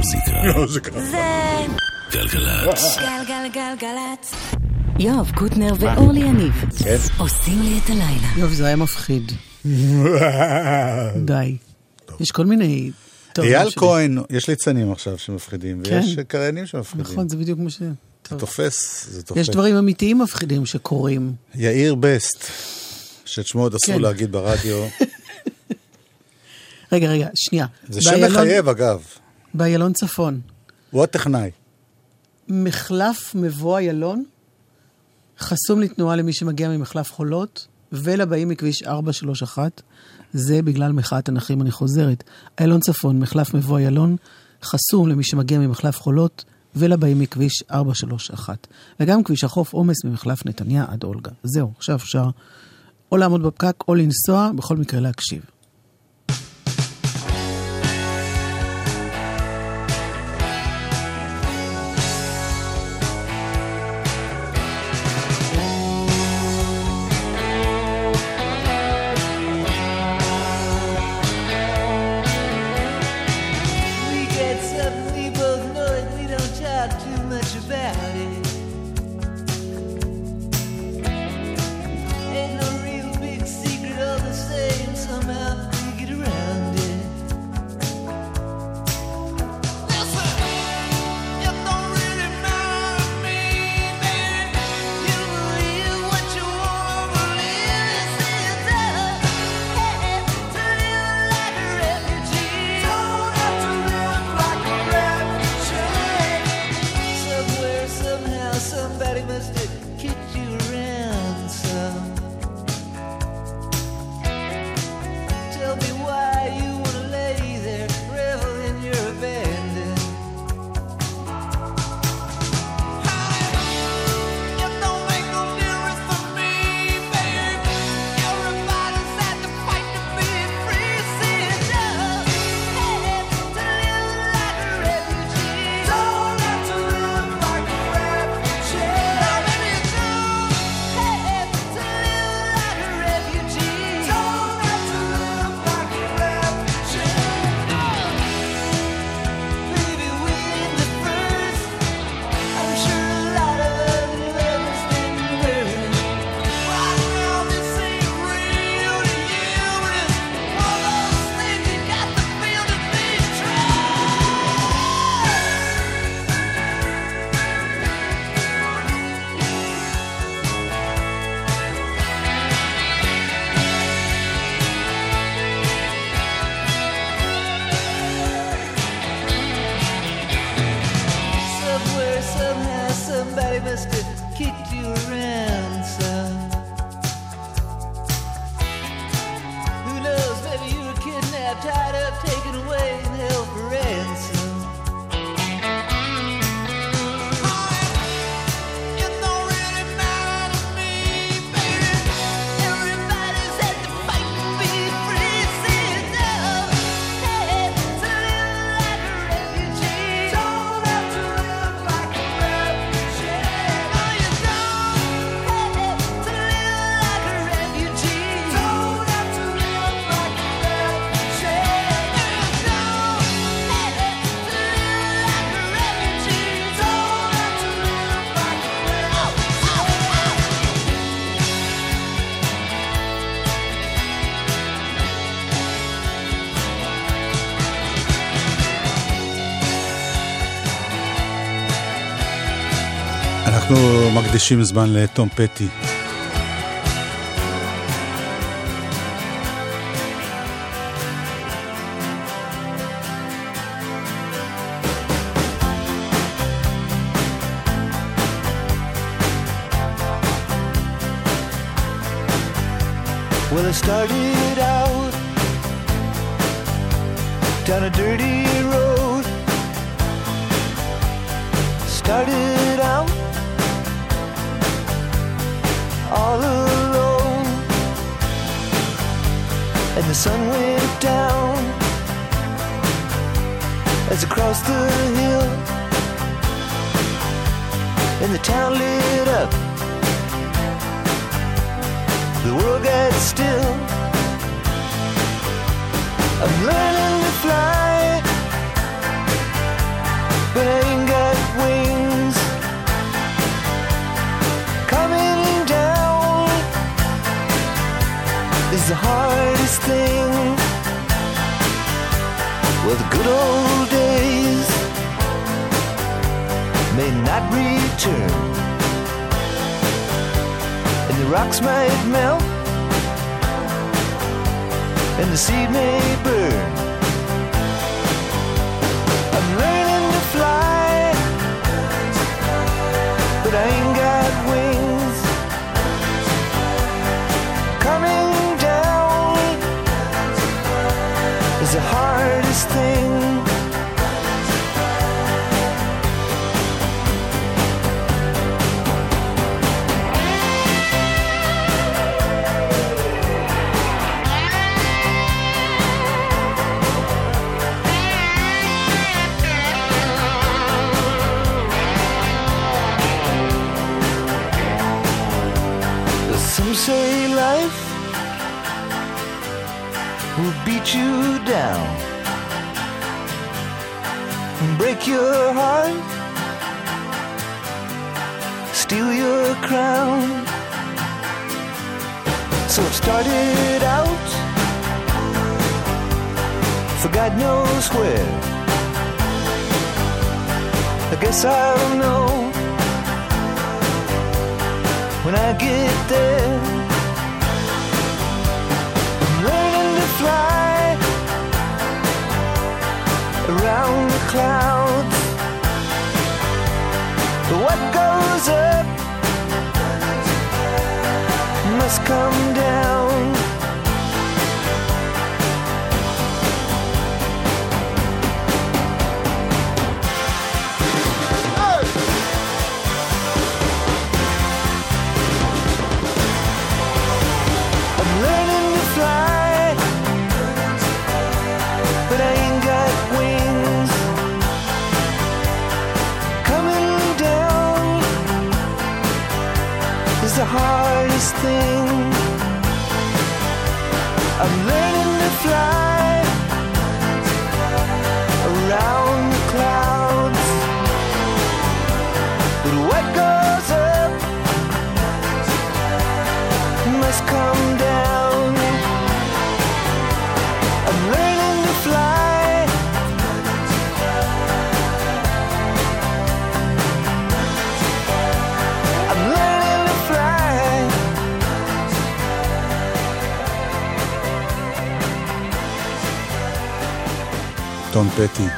מוזיקה. זה גלגלצ. גלגלגלגלצ. יואב קוטנר ואורלי יניב עושים לי את הלילה. יואב, זה היה מפחיד. די. יש כל מיני... אייל כהן, יש ליצנים עכשיו שמפחידים, ויש קריינים שמפחידים. נכון, זה בדיוק מה ש... זה תופס. יש דברים אמיתיים מפחידים שקורים. יאיר בסט, שאת שמו עוד אסור להגיד ברדיו. רגע, שנייה. זה שם מחייב, אגב. באיילון צפון. הוא הטכנאי. מחלף מבוא איילון, חסום לתנועה למי שמגיע ממחלף חולות, ולבאים מכביש 431, זה בגלל מחאת הנכים, אני חוזרת. איילון צפון, מחלף מבוא איילון, חסום למי שמגיע ממחלף חולות, ולבאים מכביש 431. וגם כביש החוף עומס ממחלף נתניה עד אולגה. זהו, עכשיו אפשר או לעמוד בפקק, או לנסוע, בכל מקרה להקשיב. אנחנו מקדישים זמן לתום פטי. Well, I started out down a dirty road. Started out all alone, and the sun went down as I crossed the hill, and the town lit up. The world got still. I'm learning to fly Well, the good old days may not return, and the rocks might melt, and the seed may burn. I'm learning to fly, but I ain't got wings. Coming down is the hardest thing. Some say life will beat you down and break your heart, steal your crown. So it started out for God knows where. I guess I'll know when I get there. I'm learning to fly around the clouds, but what goes up must come down. The hardest thing. I'm learning to fly around the clouds, but what goes up must come down. I'm learning to fly טום פטי,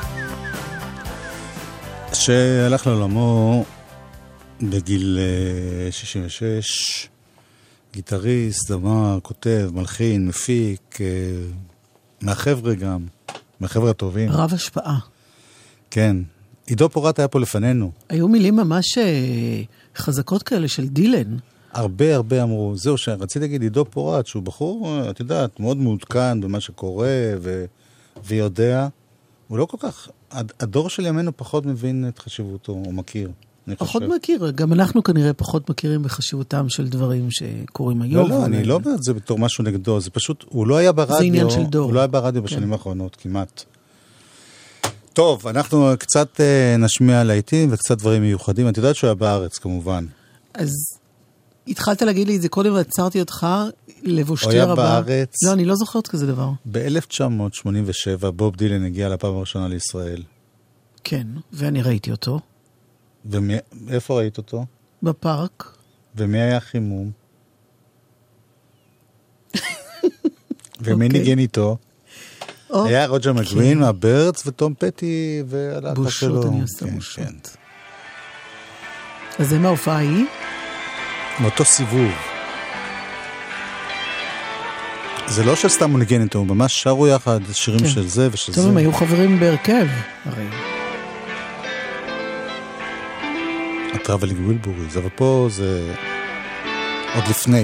שהלך לעולמו בגיל 66, גיטריסט, זמר, כותב, מלחין, מפיק, מהחבר'ה גם, מהחבר'ה הטובים. רב השפעה. כן. עידו פורט היה פה לפנינו. היו מילים ממש חזקות כאלה של דילן. הרבה אמרו, זהו שרציתי להגיד עידו פורט, שהוא בחור, את יודעת, מאוד מעודכן במה שקורה ויודע. הוא לא כל כך, הדור של ימינו פחות מבין את חשיבותו, או מכיר. פחות מכיר, גם אנחנו כנראה פחות מכירים בחשיבותם של דברים שקורים היום. לא, אני לא אומר את זה בתור משהו נגדו, זה פשוט, הוא לא היה ברדיו, זה עניין של דור. הוא לא היה ברדיו בשנים האחרונות, כמעט. טוב, אנחנו קצת נשמיע לעיתים וקצת דברים מיוחדים, את יודעת שהוא היה בארץ כמובן. אז התחלת להגיד לי את זה קודם ועצרתי אותך, לבושתי הרבה. הוא היה בארץ. לא, אני לא זוכרת כזה דבר. ב-1987 בוב דילן הגיע לפעם הראשונה לישראל. כן, ואני ראיתי אותו. ואיפה ראית אותו? בפארק. ומי היה חימום? ומי ניגן איתו? היה רוג'ר מקווין, מהברדס וטום פטי והלהקה שלו. בושות, אני עושה בושות. אז זה מההופעה ההיא? מאותו סיבוב. זה לא שסתם הוא ניגן איתו, הוא ממש שרו יחד שירים של זה ושל זה. טוב, הם היו חברים בהרכב, הרי. הטראבלינג ווילבוריז, אבל פה זה עוד לפני.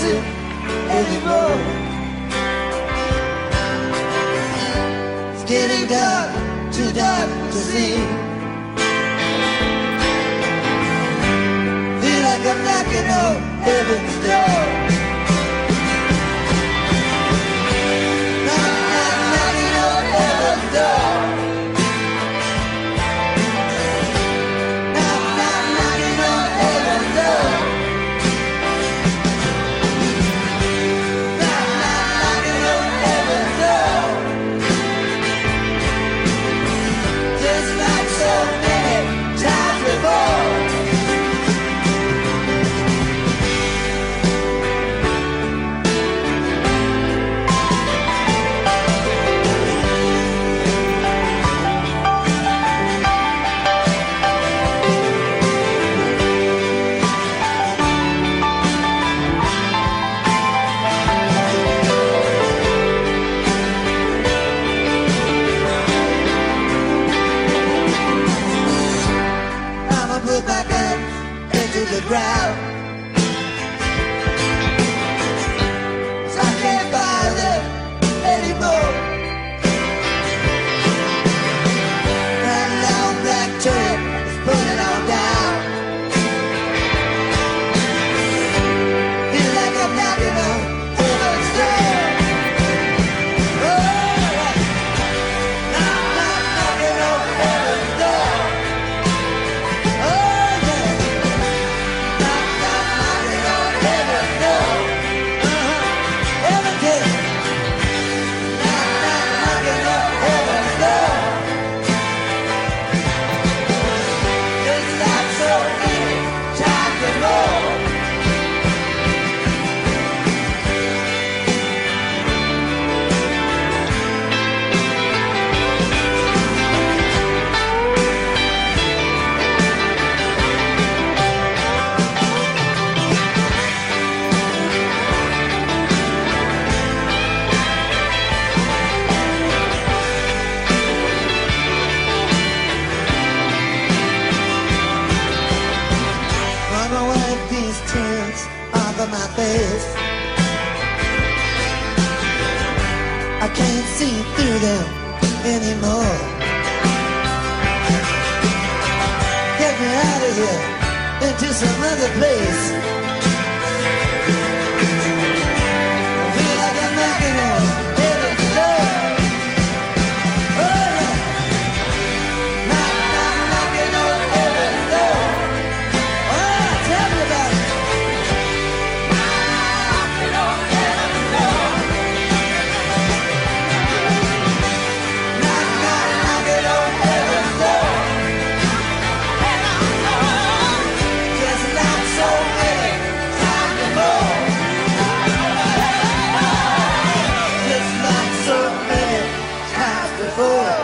it anymore. It's getting dark, too dark to see. Feel like I'm knocking on heaven's door. Knocking on heaven's door. Knocking on heaven's door. Knocking on heaven's door. Just like so many times before. Put my gun into the ground, 'cause I can't bother anymore. That long black turret is putting on down. Feel like I'm knocking on heaven's door. Oh, knocking on heaven's door. Mama, wipe these tears off of my face. I can't see through them anymore. Get me out of here into some other place. I feel like I'm knocking on heaven's door. Oh yeah, knocking on heaven's door. Oh, tell me about it. Knocking on heaven's door. Knocking on heaven's door. Just like so many times before. Just like so many times before.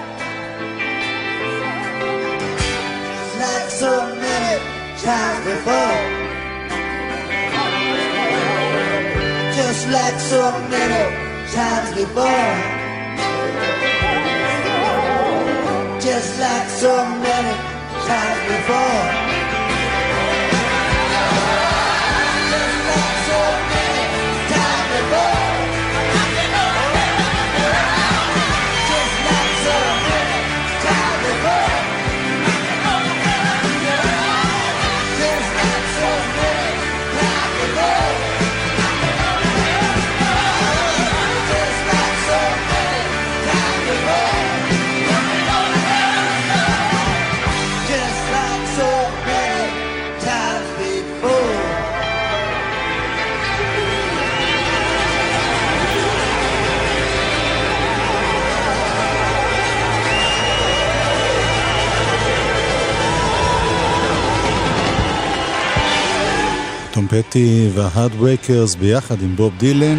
Like so many times before. Just like so many times before. Just like so many times before. Just like so many times before. Just like so many times before. Just like so many times before. Just like so many times before. Just like so many times before. טום פטי וההארדברקרס ביחד עם בוב דילן.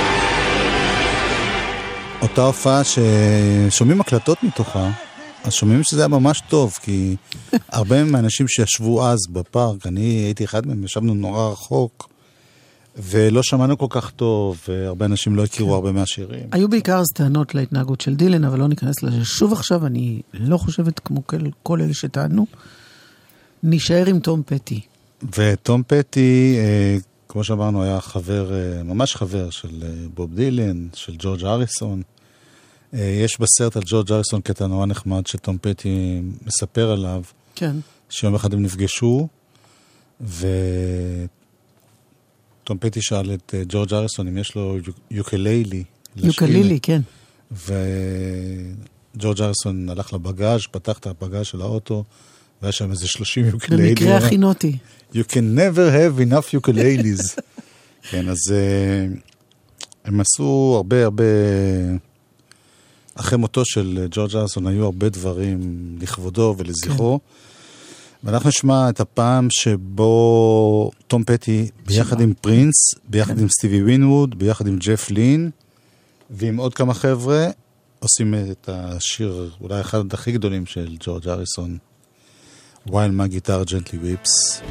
אותה הופעה ששומעים הקלטות מתוכה, אז שומעים שזה היה ממש טוב, כי הרבה מהאנשים שישבו אז בפארק, אני הייתי אחד מהם, ישבנו נורא רחוק, ולא שמענו כל כך טוב, והרבה אנשים לא הכירו הרבה מהשירים. היו בעיקר אז טענות להתנהגות של דילן, אבל לא ניכנס לזה שוב עכשיו, אני לא חושבת כמו כל אלה שטענו. נשאר עם תום פטי. ותום פטי, כמו שאמרנו, היה חבר, ממש חבר של בוב דילן, של ג'ורג' אריסון. יש בסרט על ג'ורג' אריסון קטע נורא נחמד שטום פטי מספר עליו, כן. שיום אחד הם נפגשו, וטום פטי שאל את ג'ורג' אריסון אם יש לו יוקללי. יוקלילי, כן. וג'ורג' אריסון הלך לבגאז', פתח את הבגאז' של האוטו, והיה שם איזה 30 יוקללי. במקרה הכינותי. You can never have enough ukuleles. כן, אז הם עשו הרבה, אחרי מותו של ג'ורג' אריסון היו הרבה דברים לכבודו ולזכרו. ואנחנו נשמע את הפעם שבו טום פטי, ביחד עם פרינס, ביחד עם סטיבי ווינווד, ביחד עם ג'ף לין, ועם עוד כמה חבר'ה, עושים את השיר, אולי אחד הכי גדולים של ג'ורג' אריסון, While My Guitar Gently Weeps.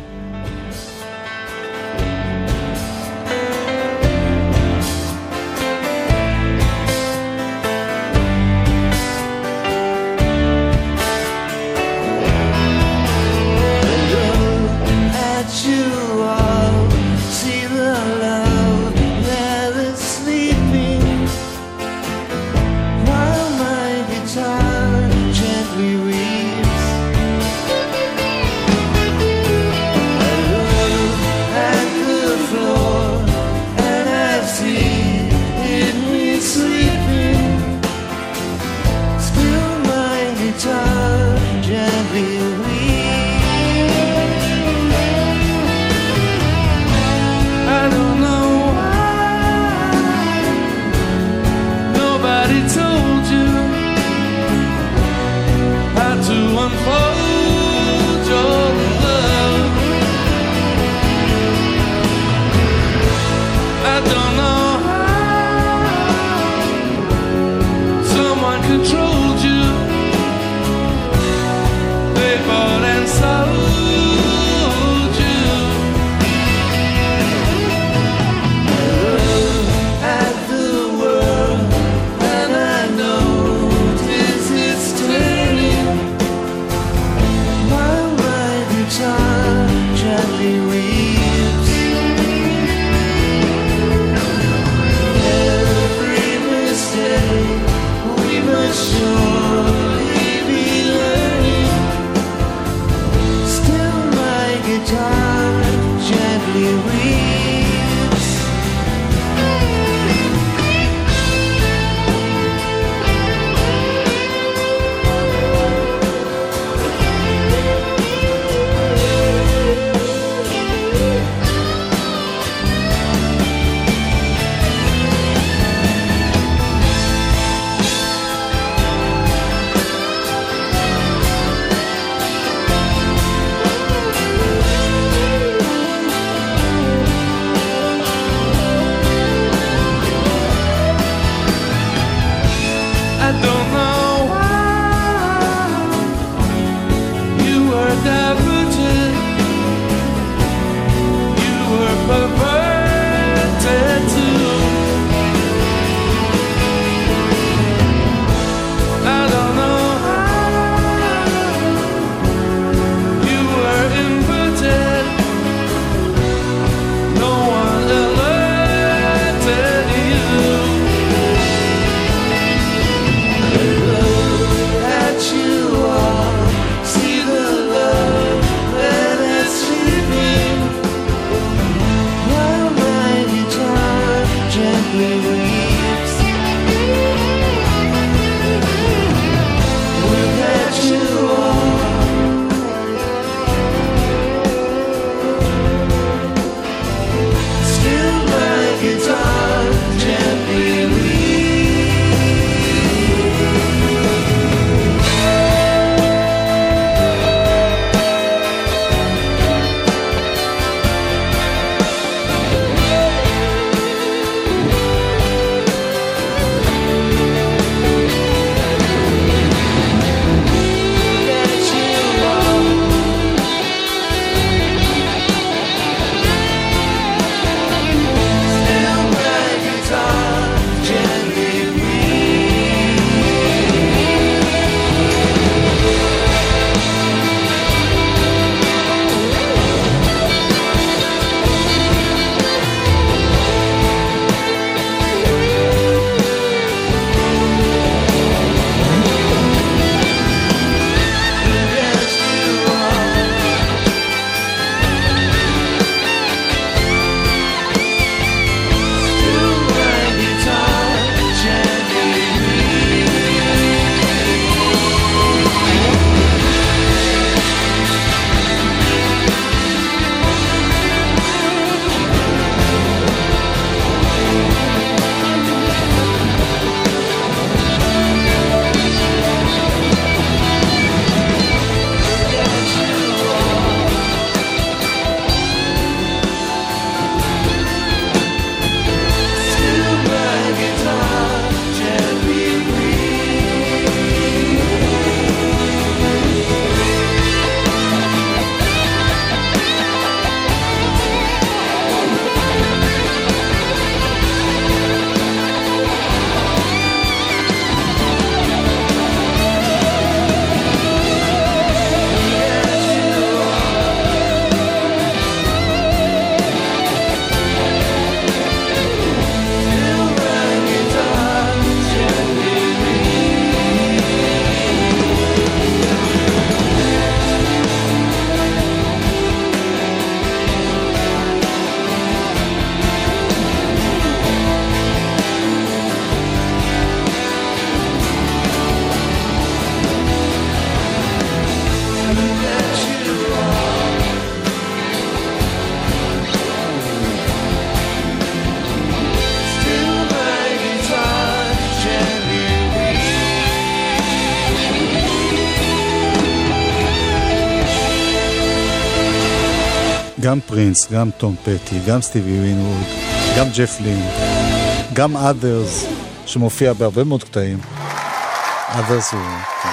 גם פרינס, גם תום פטי, גם סטיבי וינווד, גם ג'ף לין, גם Others, שמופיע בהרבה מאוד קטעים. Others הוא...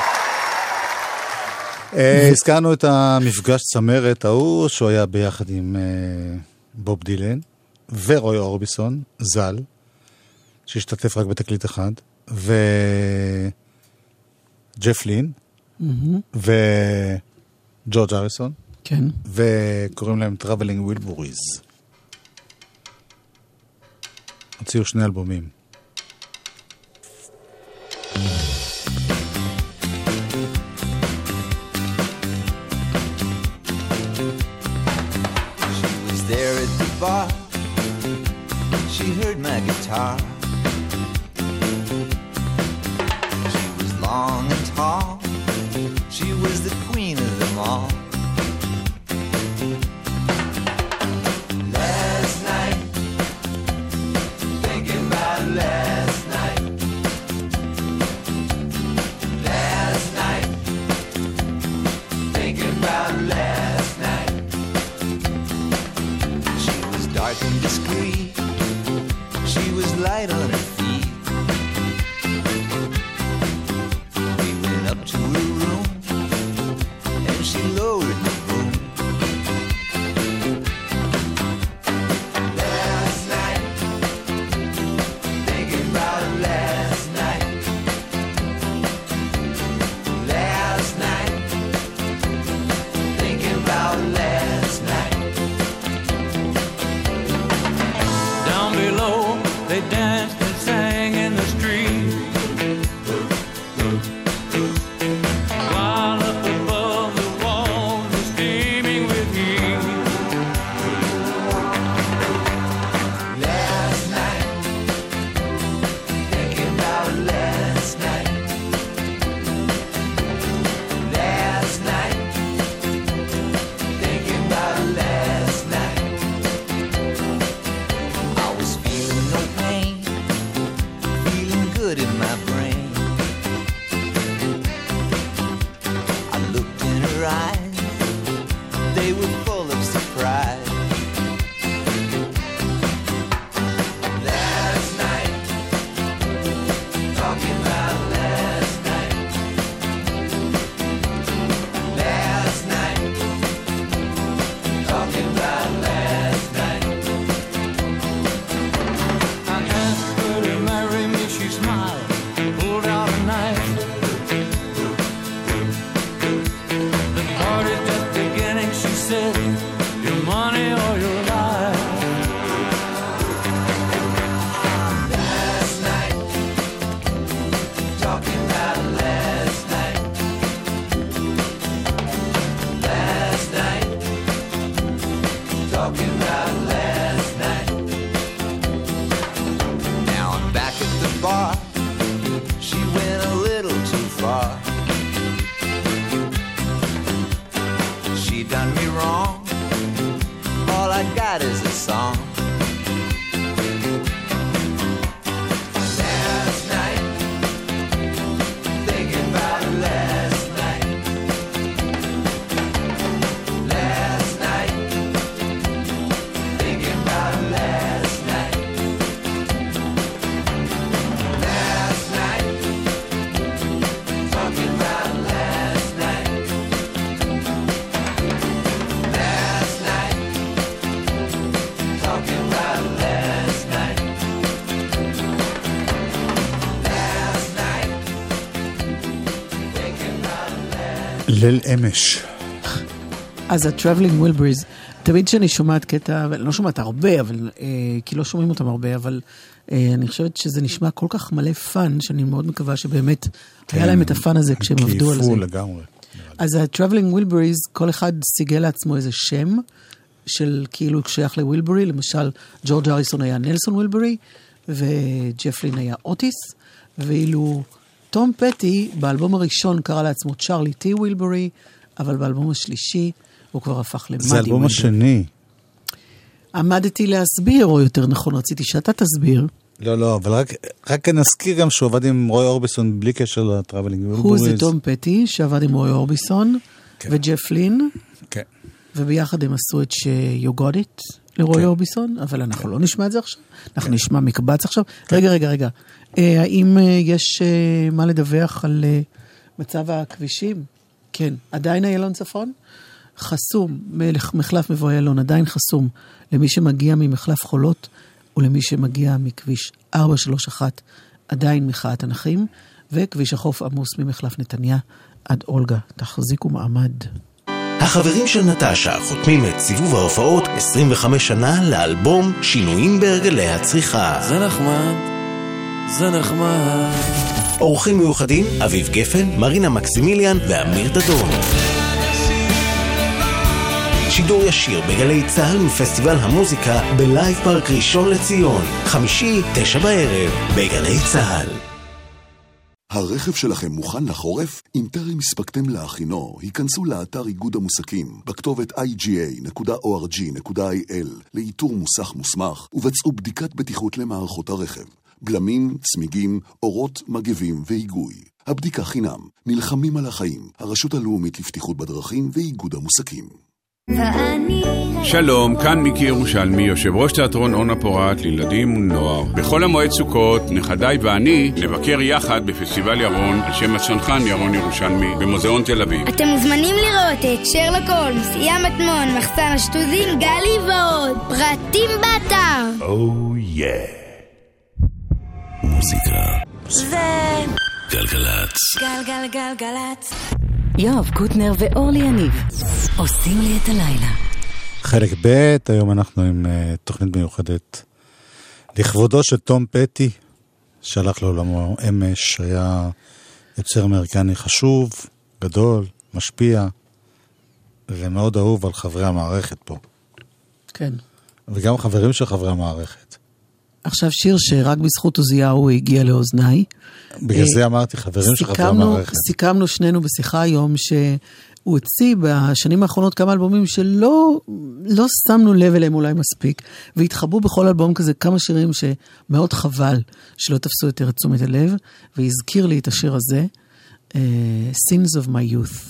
הזכרנו את המפגש צמרת ההוא, שהוא היה ביחד עם בוב דילן, ורוי אורביסון, ז"ל, שהשתתף רק בתקליט אחד, וג'ף לין, וג'ורג' הריסון, כן. וקוראים להם Traveling Wilburys. הוציאו 2 אלבומים. There at the bar, she heard my guitar. She was long and tall, she was the queen of them all. Last night, thinking about last night. Last night, thinking about last night. Dark and discreet, she was light on her feet. We went up to her room, and she lowered the boom. Last night, thinking about last night. Last night, thinking about last night. Below, they danced and sang in the street, while up above the walls were steaming with heat. Last night, thinking about last night. Last night, thinking about last night. In my brain, I looked in her eyes, they were full of surprise. Last night, talking about last night. Last night, talking about last night. I asked her to marry me, she smiled, pulled out a knife. The party's just beginning, she said, your money or your life. Last night, talking about last night. Last night, talking about last night. Now I'm back at the bar, she went a little too far. She done me wrong, all I got is a song. Last night, thinking about last night. Last night, thinking about last night. Last night, talking about last night. Last night, talking about last night. Last night, thinking about last. ליל אמש. אז ה-Traveling Wilburys, תמיד שאני שומעת קטע, לא שומעת הרבה, אבל, כי לא שומעים אותם הרבה, אבל אני חושבת שזה נשמע כל כך מלא פן, שאני מאוד מקווה שבאמת היה להם את הפן הזה כשהם עבדו על זה. כיפו לגמרי. אז ה-Traveling Wilburys, כל אחד סיגל לעצמו איזה שם, של כאילו שייך לווילברי, למשל ג'ורג' הריסון היה נלסון ווילברי, וג'ף לין היה אוטיס, ואילו תום פטי באלבום הראשון קרא לעצמו צ'רלי טי ווילברי, אבל באלבום השלישי הוא כבר הפך למאדי ווילברי. זה אלבום השני. עמדתי להסביר, או יותר נכון, רציתי שאתה תסביר. לא, אבל רק נזכיר גם שהוא עבד עם רוי אורביסון בלי קשר לטראבלינג. הוא זה תום פטי, שעבד עם רוי אורביסון, וג'ף לין, וביחד הם עשו את You Got It לרועי אורביסון, אבל אנחנו לא נשמע את זה עכשיו, אנחנו נשמע מקבץ עכשיו. רגע, האם יש מה לדווח על מצב הכבישים? כן, עדיין איילון צפון? חסום, מחלף מבוא איילון עדיין חסום למי שמגיע ממחלף חולות, ולמי שמגיע מכביש 431 עדיין מחאת הנכים, וכביש החוף עמוס ממחלף נתניה עד אולגה. תחזיקו מעמד. החברים של נטשה חותמים את סיבוב ההופעות 25 שנה לאלבום שינויים בהרגלי הצריכה. זה נחמד. אורחים מיוחדים אביב גפן, מרינה מקסימיליאן ואמיר דדון. שידור ישיר בגלי צהל מפסטיבל המוזיקה בלייב פארק ראשון לציון, חמישי 9 בערב בגלי צהל. הרכב שלכם מוכן לחורף? אם טרם הספקתם להכינו, היכנסו לאתר איגוד המוסקים בכתובת iga.org.il לאיתור מוסך מוסמך ובצעו בדיקת בטיחות למערכות הרכב, גלמים, צמיגים, אורות, מגבים והיגוי. הבדיקה חינם. נלחמים על החיים, הרשות הלאומית לבטיחות בדרכים ואיגוד המוסקים. שלום, כאן מיקי ירושלמי, יושב ראש תיאטרון אונה פורת לילדים ונוער. בכל המועד סוכות, נכדיי ואני נבקר יחד בפסטיבל ירון על שם הצנחן ירון ירושלמי במוזיאון תל אביב. אתם מוזמנים לראות את שרלוק הולמס, ים מטמון, מחסן השטוזים, גלי ועוד. פרטים באתר. מוזיקה זה גלגלצ. גלגלגלגלצ. יואב קוטנר ואורלי יניב עושים לי את הלילה. חלק ב', היום אנחנו עם תוכנית מיוחדת לכבודו של תום פטי, שהלך לעולמו אמש, היה יוצר אמריקני חשוב, גדול, משפיע, ומאוד אהוב על חברי המערכת פה. כן. וגם חברים של חברי המערכת. עכשיו שיר שרק בזכות עוזיהו הגיע לאוזניי. בגלל זה אמרתי חברים של חברי המערכת. סיכמנו שנינו בשיחה היום שהוא הוציא בשנים האחרונות כמה אלבומים שלא שמנו לב אליהם אולי מספיק, והתחברו בכל אלבום כזה כמה שירים שמאוד חבל שלא תפסו יותר את תשומת הלב, והזכיר לי את השיר הזה, Sins of My Youth.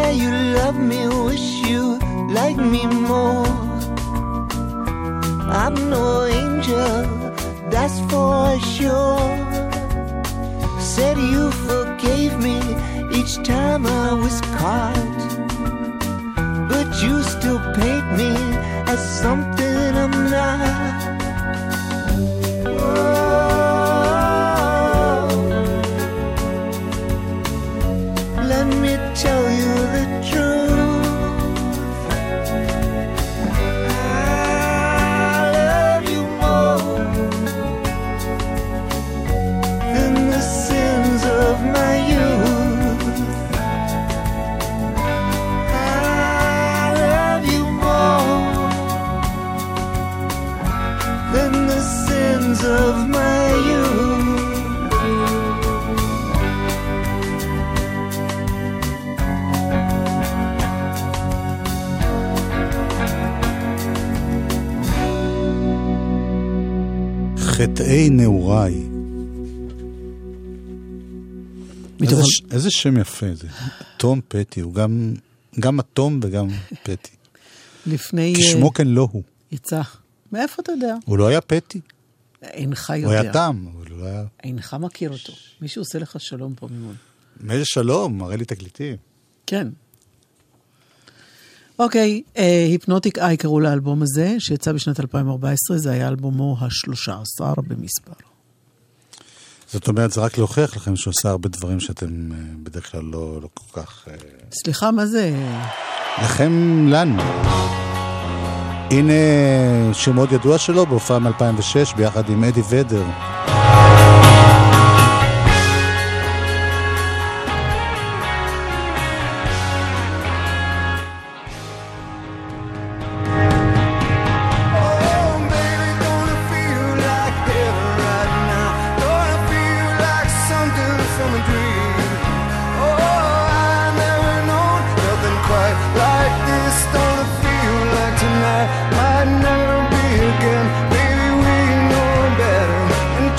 you love me, wish you like me more. I'm no angel, that's for sure. Said you forgave me each time I was caught, but you still paint me as something I'm not. Let me tell you the truth. I love you more than the sins of my youth. I love you more than the sins of my youth. חטאי נעוריי. איזה שם יפה זה. תום פטי, הוא גם התום וגם פטי. לפני... כשמו כן לא הוא. יצא. מאיפה אתה יודע? הוא לא היה פטי. אינך יודע. הוא היה תם, אבל הוא לא היה... אינך מכיר אותו. מישהו עושה לך שלום פה ממון. מאיזה שלום? מראה לי תקליטים. כן. אוקיי, היפנוטיק איי קראו לאלבום הזה, שיצא בשנת 2014, זה היה אלבומו ה-13 במספר. זאת אומרת, זה רק להוכיח לכם שהוא עושה הרבה דברים שאתם בדרך כלל לא כל כך... סליחה, מה זה? לכם לנו. הנה שיר מאוד ידוע שלו, בהופעה מ-2006, ביחד עם אדי ודר. Might never be again, baby, we know better. And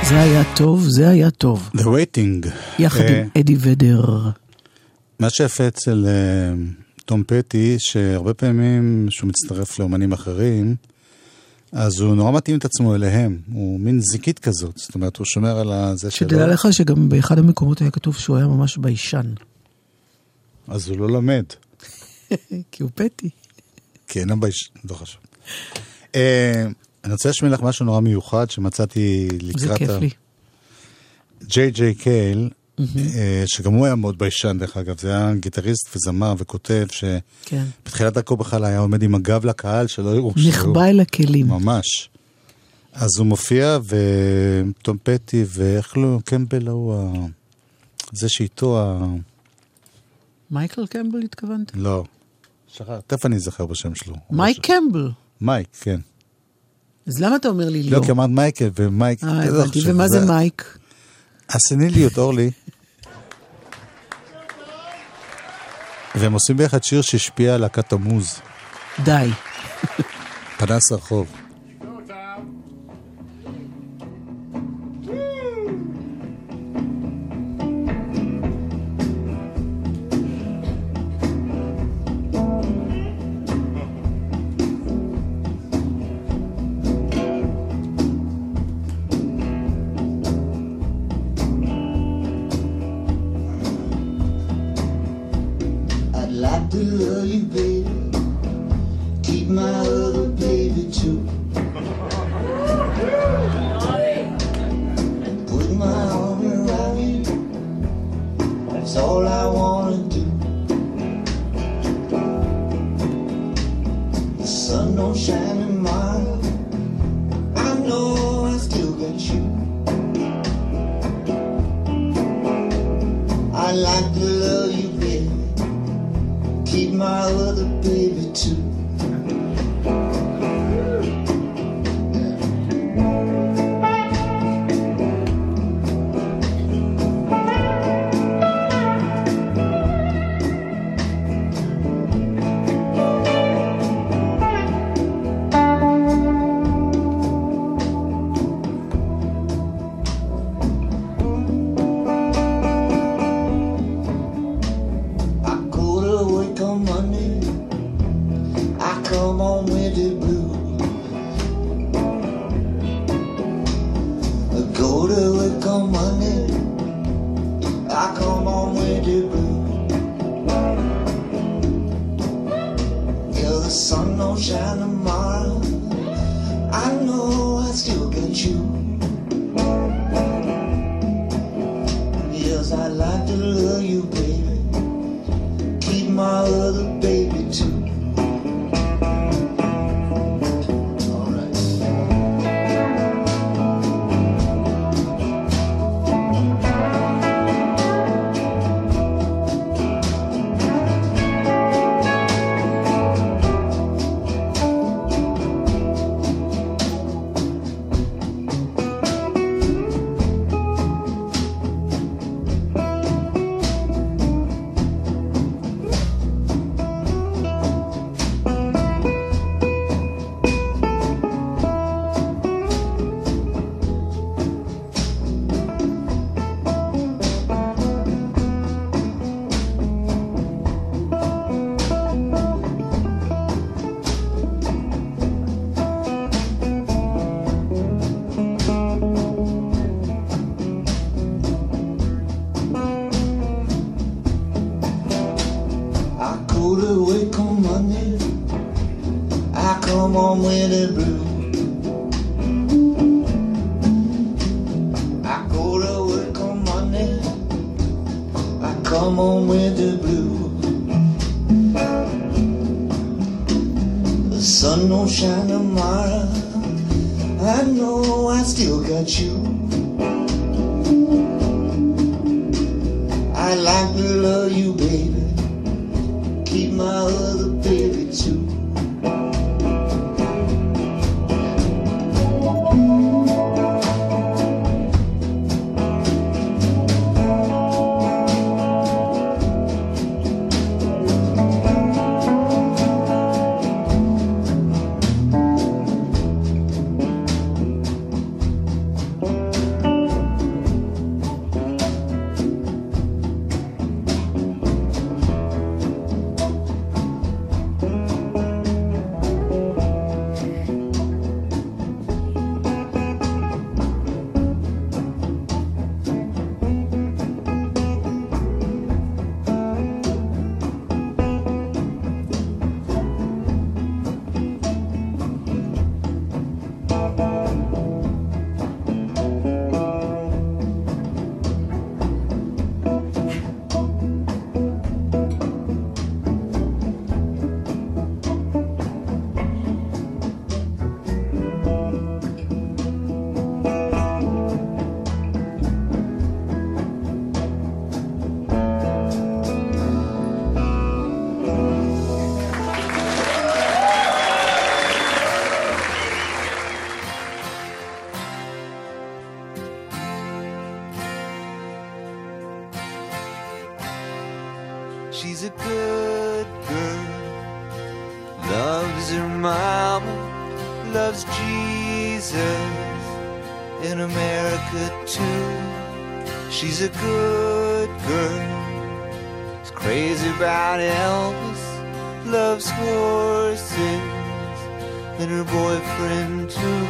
זה היה טוב, זה היה טוב. The Waiting. יחד עם אדי ודר. מה שיפה אצל תום פטי, שהרבה פעמים שהוא מצטרף לאומנים אחרים, אז הוא נורא מתאים את עצמו אליהם. הוא מין זיקית כזאת. זאת אומרת, הוא שומר על זה שלו. שתדע לך שגם באחד המקומות היה כתוב שהוא היה ממש ביישן. אז הוא לא למד. כי הוא פטי. כן, לא חשוב. אני רוצה לשמיע לך משהו נורא מיוחד שמצאתי לקראת... זה כיף לי. ג'יי ג'יי קייל, שגם הוא היה מאוד ביישן דרך אגב, זה היה גיטריסט וזמר וכותב, שבתחילת דרכו בכלל היה עומד עם הגב לקהל, שלא יראו... נחבא אל הכלים. ממש. אז הוא מופיע, ותום פטי, ואיך לא, קמבל הוא זה שאיתו מייקל קמבל התכוונת? לא. שחר, תכף אני אזכר בשם שלו. מייק קמבל. מייק, כן. אז למה אתה אומר לי לא? לא, כי אמרת מייקל, ומייק... הבנתי, ומה זה מייק? הסניליות, אורלי. והם עושים ביחד שיר שהשפיע על להקת המוז. די. פנס רחוב. loves her mama, loves Jesus in America too. She's a good girl, is crazy about Elvis, loves horses and her boyfriend too.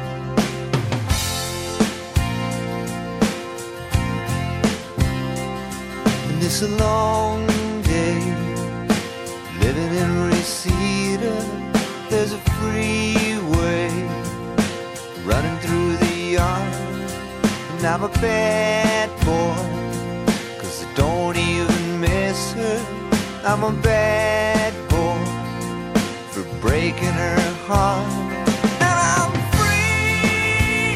And it's a long day living in Reseda. There's a freeway running through the yard, and I'm a bad boy, 'cause I don't even miss her. I'm a bad boy for breaking her heart. And I'm free,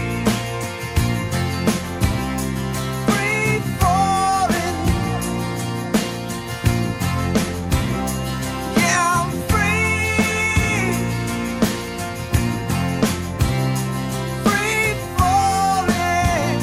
free falling. Yeah, I'm free, free falling.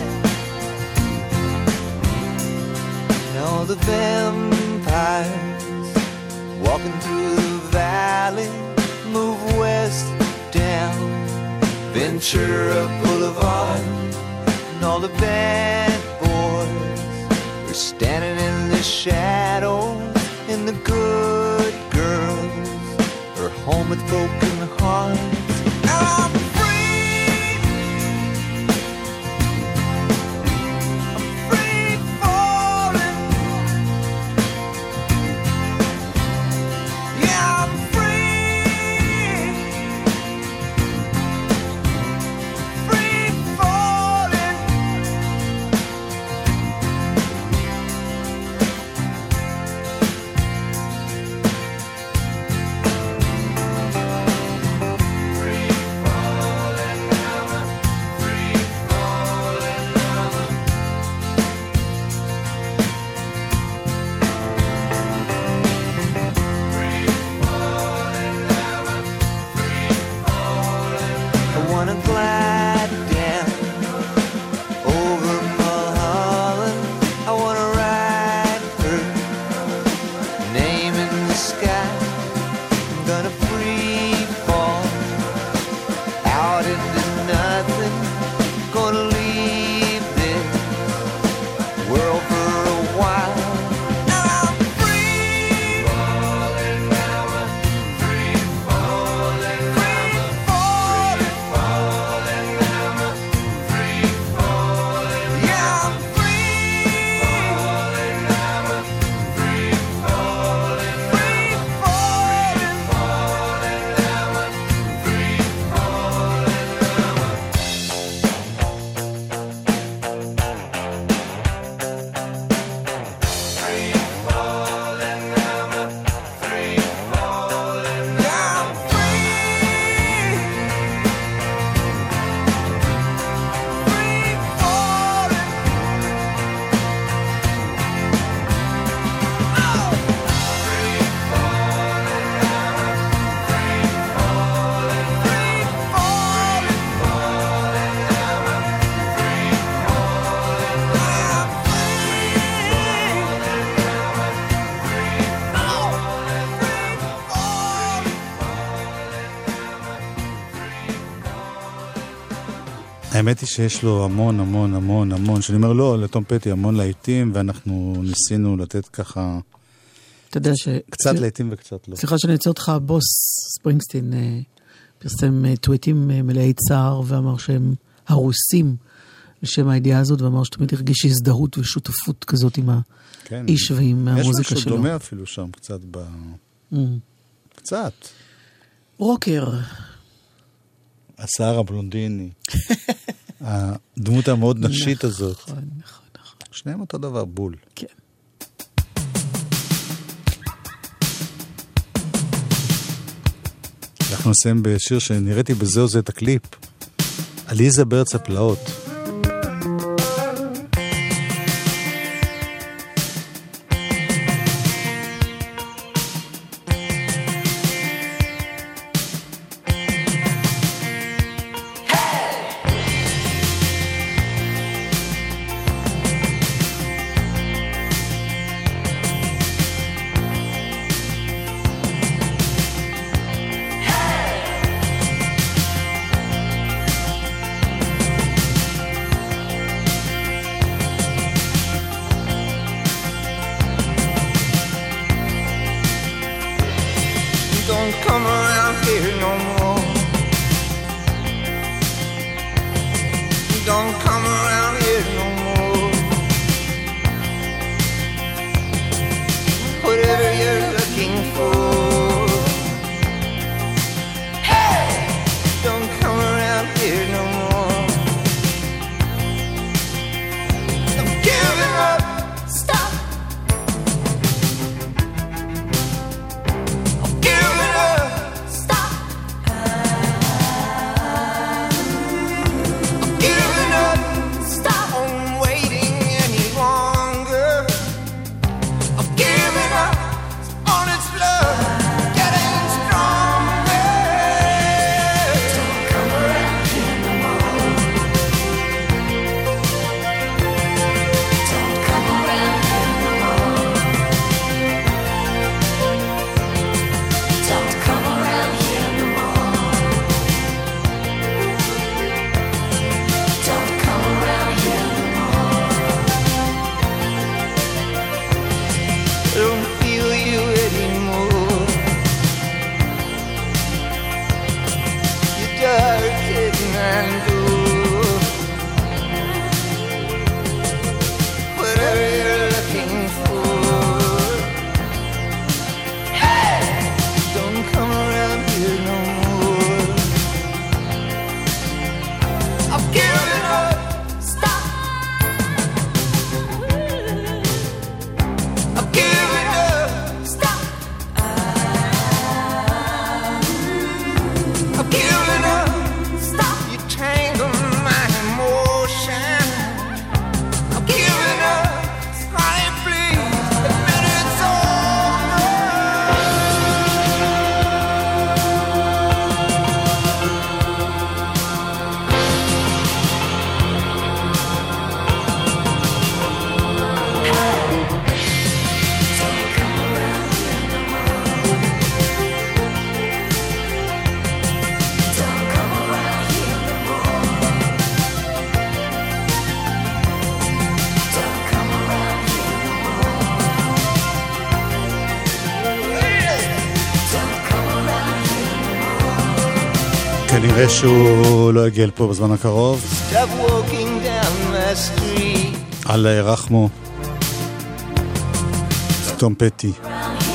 And all the vampires walking through the valley move west down Ventura Boulevard, and all the bad boys are standing in the shadows, and the good girls are home with broken hearts. I'm free, I'm free falling. Yeah, I'm free, free falling. Free falling now, free falling now. I wanna glide down over Mulholland. I wanna ride her name in the sky. I'm gonna free fall out into nothing. Gonna leave this world for a while. I'm free falling now, free falling, free falling, falling now, free falling. Yeah, I'm free falling now, free falling, free falling, falling now, free falling האמת היא שיש לו המון המון המון המון, שאני אומר לא, לתום פטי המון להיטים, ואנחנו ניסינו לתת ככה אתה יודע ש... קצת להיטים וקצת לא. סליחה שאני אצא אותך, בוס ספרינגסטין פרסם טוויטים מלאי צער, ואמר שהם הרוסים לשם הידיעה הזאת, ואמר שתמיד הרגיש הזדהות ושותפות כזאת עם האיש ועם המוזיקה שלו. יש משהו דומה אפילו שם, קצת קצת. רוקר. השיער הבלונדיני. הדמות המאוד נשית הזאת. נכון. שניהם אותו דבר, בול. כן. אנחנו נסיים בשיר שנראיתי בזהו זה את הקליפ. עליזה בארץ הפלאות. Don't come around here no more. Don't come around here no more. Whatever you're looking for, hey, don't come around here no more. I'm giving up. Stop. I'm giving up. Stop. I'm giving up. Stop. I'm waiting any longer. I'm giving up on its love, getting stronger. Don't come around here no more. Don't come around here no more. Don't come around here no more. Don't come around here no more. I don't feel you anymore. You're dark and blue. Whatever you're looking for, hey, don't come around here no more. I'm giving up. Stop. I'm giving up. Stop. I'm giving up. Stop. You tangle my emotion. I'm giving up. Honey, please admit it's over. כנראה שהוא לא יגיע לפה בזמן הקרוב. Stop walking down the street. על רחמו. תום פטי. Who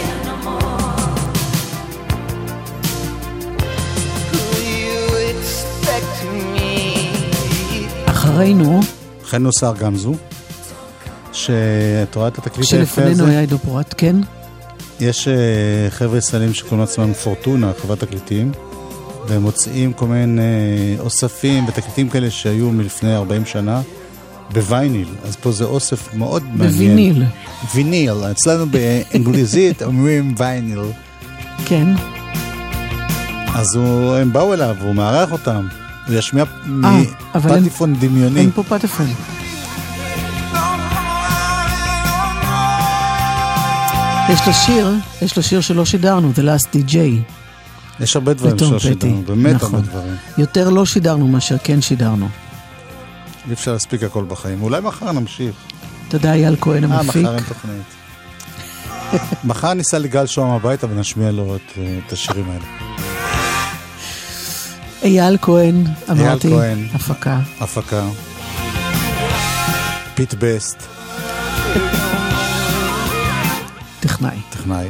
you expect me? אחרינו, חן נוסר גם זו. שאת רואה את התקליט היפה שלפנינו הזה? היה עידו פורט, כן? יש חבר'ה ישראלים שקוראים לעצמם פורטונה, חברת תקליטים, והם מוצאים כל מיני אוספים ותקליטים כאלה שהיו מלפני 40 שנה בווייניל. אז פה זה אוסף מאוד מעניין. בוויניל. ויניל, אצלנו באנגליזית אומרים וייניל. כן. אז הם באו אליו, הוא מערך אותם, הוא ישמיע אבל מפטיפון דמיוני. אין פה פטיפון. יש לו שיר שלא שידרנו, The Last DJ. יש הרבה דברים שלא שידרנו, באמת הרבה דברים. יותר לא שידרנו מאשר כן שידרנו. אי אפשר להספיק הכל בחיים. אולי מחר נמשיך. תודה, אייל כהן המפיק. מחר אין תוכנית. מחר ניסע לגל שוהם הביתה ונשמיע לו את השירים האלה. אייל כהן, אמרתי, כהן. הפקה. פיט בסט. טכנאי.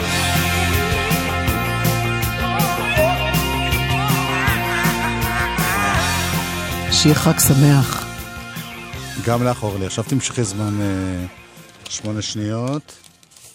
שיהיה חג שמח. גם לך אורלי, עכשיו תמשכי זמן 8 שניות.